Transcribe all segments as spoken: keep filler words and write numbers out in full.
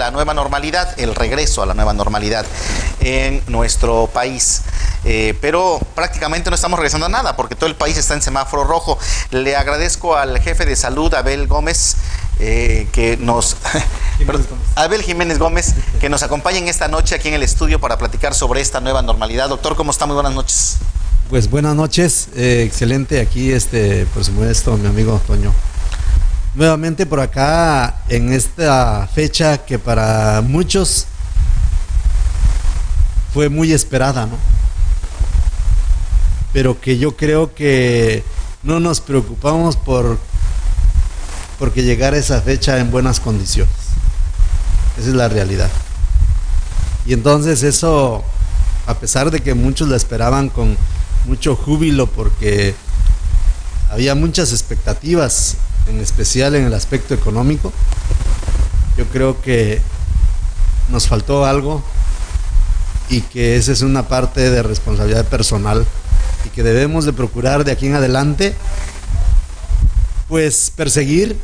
la nueva normalidad, el regreso a la nueva normalidad en nuestro país. Eh, pero prácticamente no estamos regresando a nada porque todo el país está en semáforo rojo. Le agradezco al jefe de salud, Abel Gómez, eh, que nos... Abel Jiménez Gómez, que nos acompaña en esta noche aquí en el estudio para platicar sobre esta nueva normalidad. Doctor, ¿cómo está? Muy buenas noches. Pues buenas noches, eh, excelente aquí, este, por supuesto, mi amigo Toño. Nuevamente por acá en esta fecha que para muchos fue muy esperada, ¿no? Pero que yo creo que no nos preocupamos por porque llegara esa fecha en buenas condiciones. Esa es la realidad. Y entonces eso, a pesar de que muchos la esperaban con mucho júbilo porque había muchas expectativas, en especial en el aspecto económico, yo creo que nos faltó algo y que esa es una parte de responsabilidad personal y que debemos de procurar de aquí en adelante pues perseguir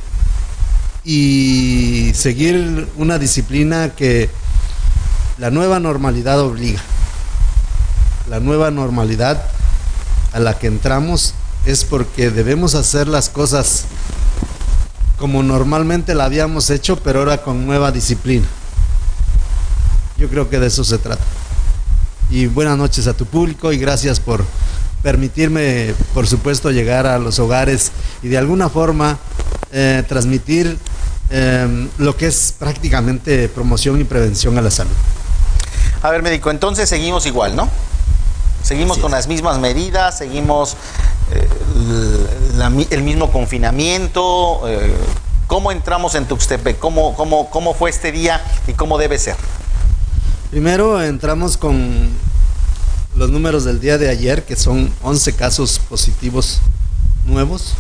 y seguir una disciplina que la nueva normalidad obliga. La nueva normalidad a la que entramos es porque debemos hacer las cosas como normalmente la habíamos hecho, pero ahora con nueva disciplina. Yo creo que de eso se trata. Y buenas noches a tu público y gracias por permitirme, por supuesto, llegar a los hogares y de alguna forma eh, transmitir eh, lo que es prácticamente promoción y prevención a la salud. A ver, médico, entonces seguimos igual, ¿no? Seguimos sí. con las mismas medidas, seguimos eh, la, el mismo confinamiento. Eh, ¿Cómo entramos en Tuxtepec? ¿Cómo, cómo, ¿Cómo fue este día y cómo debe ser? Primero entramos con los números del día de ayer, que son once casos positivos nuevos.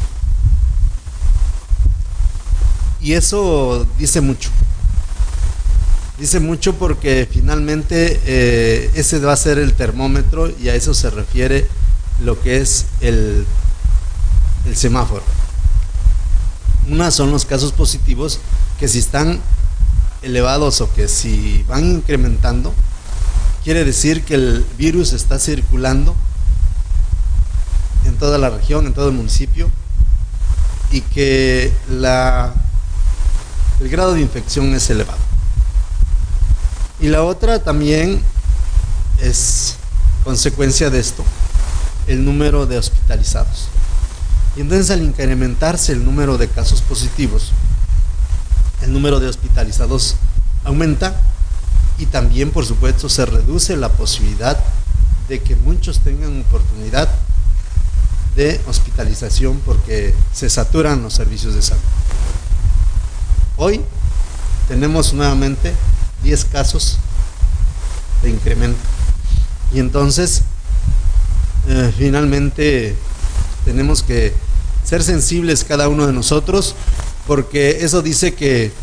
Y eso dice mucho. Dice mucho porque finalmente eh, ese va a ser el termómetro y a eso se refiere lo que es el, el semáforo. Una son los casos positivos que si están elevados o que si van incrementando, quiere decir que el virus está circulando en toda la región, en todo el municipio y que la, el grado de infección es elevado. Y la otra también es consecuencia de esto, el número de hospitalizados. Y entonces al incrementarse el número de casos positivos, el número de hospitalizados aumenta y también, por supuesto, se reduce la posibilidad de que muchos tengan oportunidad de hospitalización porque se saturan los servicios de salud. Hoy tenemos nuevamente diez casos de incremento y entonces eh, finalmente tenemos que ser sensibles cada uno de nosotros porque eso dice que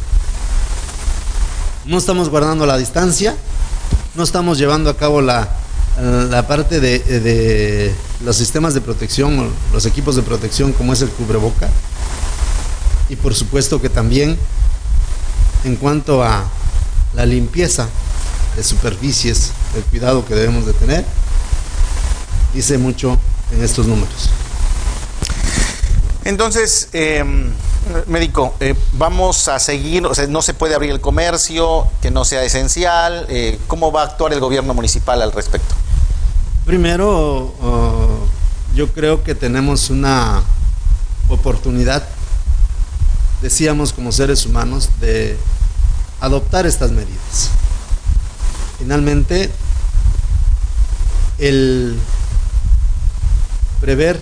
no estamos guardando la distancia, no estamos llevando a cabo la, la parte de, de los sistemas de protección, los equipos de protección como es el cubreboca y por supuesto que también en cuanto a la limpieza de superficies, el cuidado que debemos de tener, dice mucho en estos números. Entonces, eh, médico, eh, vamos a seguir, o sea, no se puede abrir el comercio, que no sea esencial. Eh, ¿Cómo va a actuar el gobierno municipal al respecto? Primero, uh, yo creo que tenemos una oportunidad, decíamos como seres humanos, de adoptar estas medidas. Finalmente, el prever,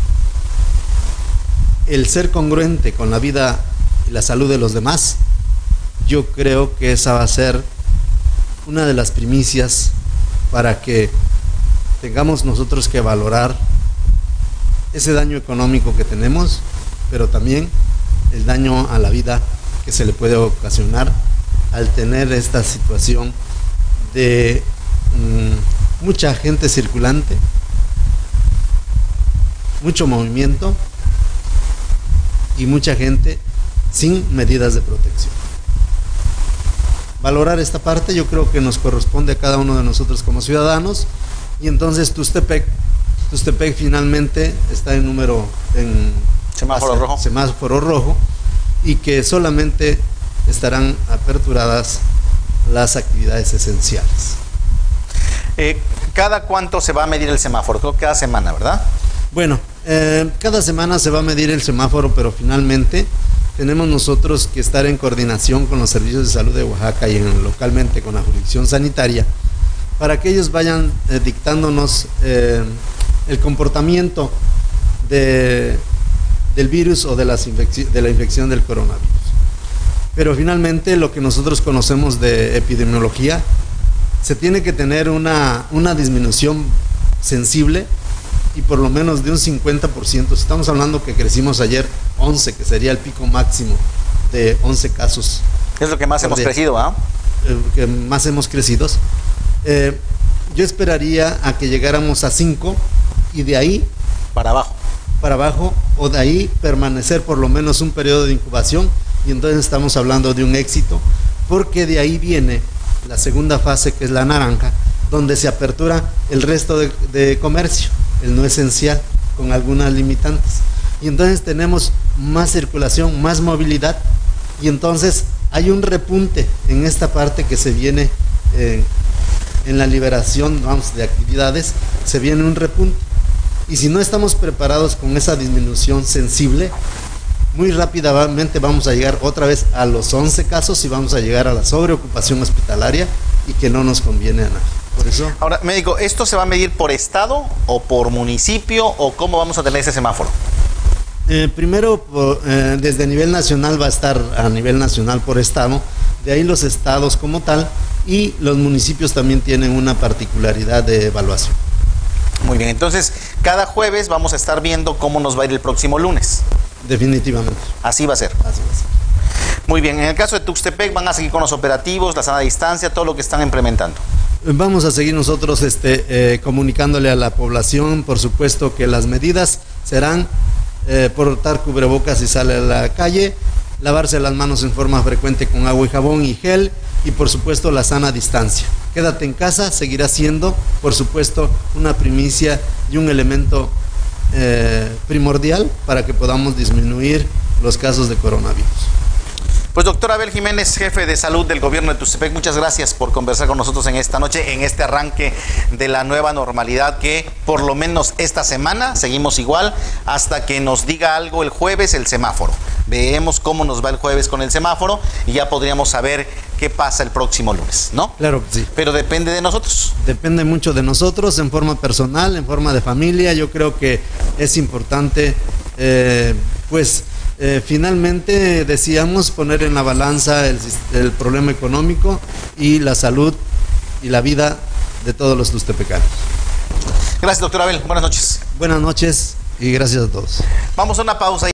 el ser congruente con la vida y la salud de los demás, yo creo que esa va a ser una de las primicias para que tengamos nosotros que valorar ese daño económico que tenemos, pero también el daño a la vida que se le puede ocasionar al tener esta situación de mmm, mucha gente circulante, mucho movimiento y mucha gente sin medidas de protección. valorar esta parte, yo creo que nos corresponde a cada uno de nosotros como ciudadanos, y entonces Tuxtepec, Tuxtepec finalmente está en número, en semáforo rojo. semáforo rojo, y que solamente estarán aperturadas las actividades esenciales. Eh, ¿Cada cuánto se va a medir el semáforo? Creo que cada semana, ¿verdad? Bueno, eh, cada semana se va a medir el semáforo, pero finalmente tenemos nosotros que estar en coordinación con los servicios de salud de Oaxaca y en, localmente con la jurisdicción sanitaria, para que ellos vayan eh, dictándonos eh, el comportamiento de, del virus o de, las infecci- de la infección del coronavirus. Pero finalmente lo que nosotros conocemos de epidemiología, se tiene que tener una, una disminución sensible y por lo menos de un cincuenta por ciento. Estamos hablando que crecimos ayer once, que sería el pico máximo de once casos. Es lo que más hemos de, crecido, ¿ah? ¿eh? Que más hemos crecido. Eh, yo esperaría a que llegáramos a cinco y de ahí para abajo. Para abajo, o de ahí permanecer por lo menos un periodo de incubación, y entonces estamos hablando de un éxito, porque de ahí viene la segunda fase, que es la naranja, donde se apertura el resto de, de comercio, el no esencial, con algunas limitantes. Y entonces tenemos más circulación, más movilidad, y entonces hay un repunte en esta parte que se viene eh, en la liberación, vamos, de actividades, se viene un repunte. Y si no estamos preparados con esa disminución sensible, muy rápidamente vamos a llegar otra vez a los once casos y vamos a llegar a la sobreocupación hospitalaria, y que no nos conviene a nadie. Por eso. Ahora, médico, ¿esto se va a medir por estado o por municipio, o cómo vamos a tener ese semáforo? Eh, primero, por, eh, desde nivel nacional va a estar a nivel nacional por estado, de ahí los estados como tal, y los municipios también tienen una particularidad de evaluación. Muy bien, entonces cada jueves vamos a estar viendo cómo nos va a ir el próximo lunes. Definitivamente. Así va a ser. Así va a ser. Muy bien, en el caso de Tuxtepec van a seguir con los operativos, la sana distancia, todo lo que están implementando. Vamos a seguir nosotros este, eh, comunicándole a la población, por supuesto que las medidas serán eh, portar cubrebocas si sale a la calle, lavarse las manos en forma frecuente con agua y jabón y gel, y por supuesto la sana distancia. Quédate en casa seguirá siendo, por supuesto, una primicia y un elemento eh, primordial para que podamos disminuir los casos de coronavirus. Pues doctor Abel Jiménez, jefe de salud del gobierno de Tuxtepec, muchas gracias por conversar con nosotros en esta noche, en este arranque de la nueva normalidad, que por lo menos esta semana seguimos igual hasta que nos diga algo el jueves el semáforo. Veremos cómo nos va el jueves con el semáforo y ya podríamos saber qué pasa el próximo lunes, ¿no? Claro que sí. Pero depende de nosotros. Depende mucho de nosotros, en forma personal, en forma de familia. Yo creo que es importante, eh, pues, Eh, finalmente decíamos poner en la balanza el, el problema económico y la salud y la vida de todos los tuxtepecanos. Gracias, doctor Abel. Buenas noches. Buenas noches y gracias a todos. Vamos a una pausa.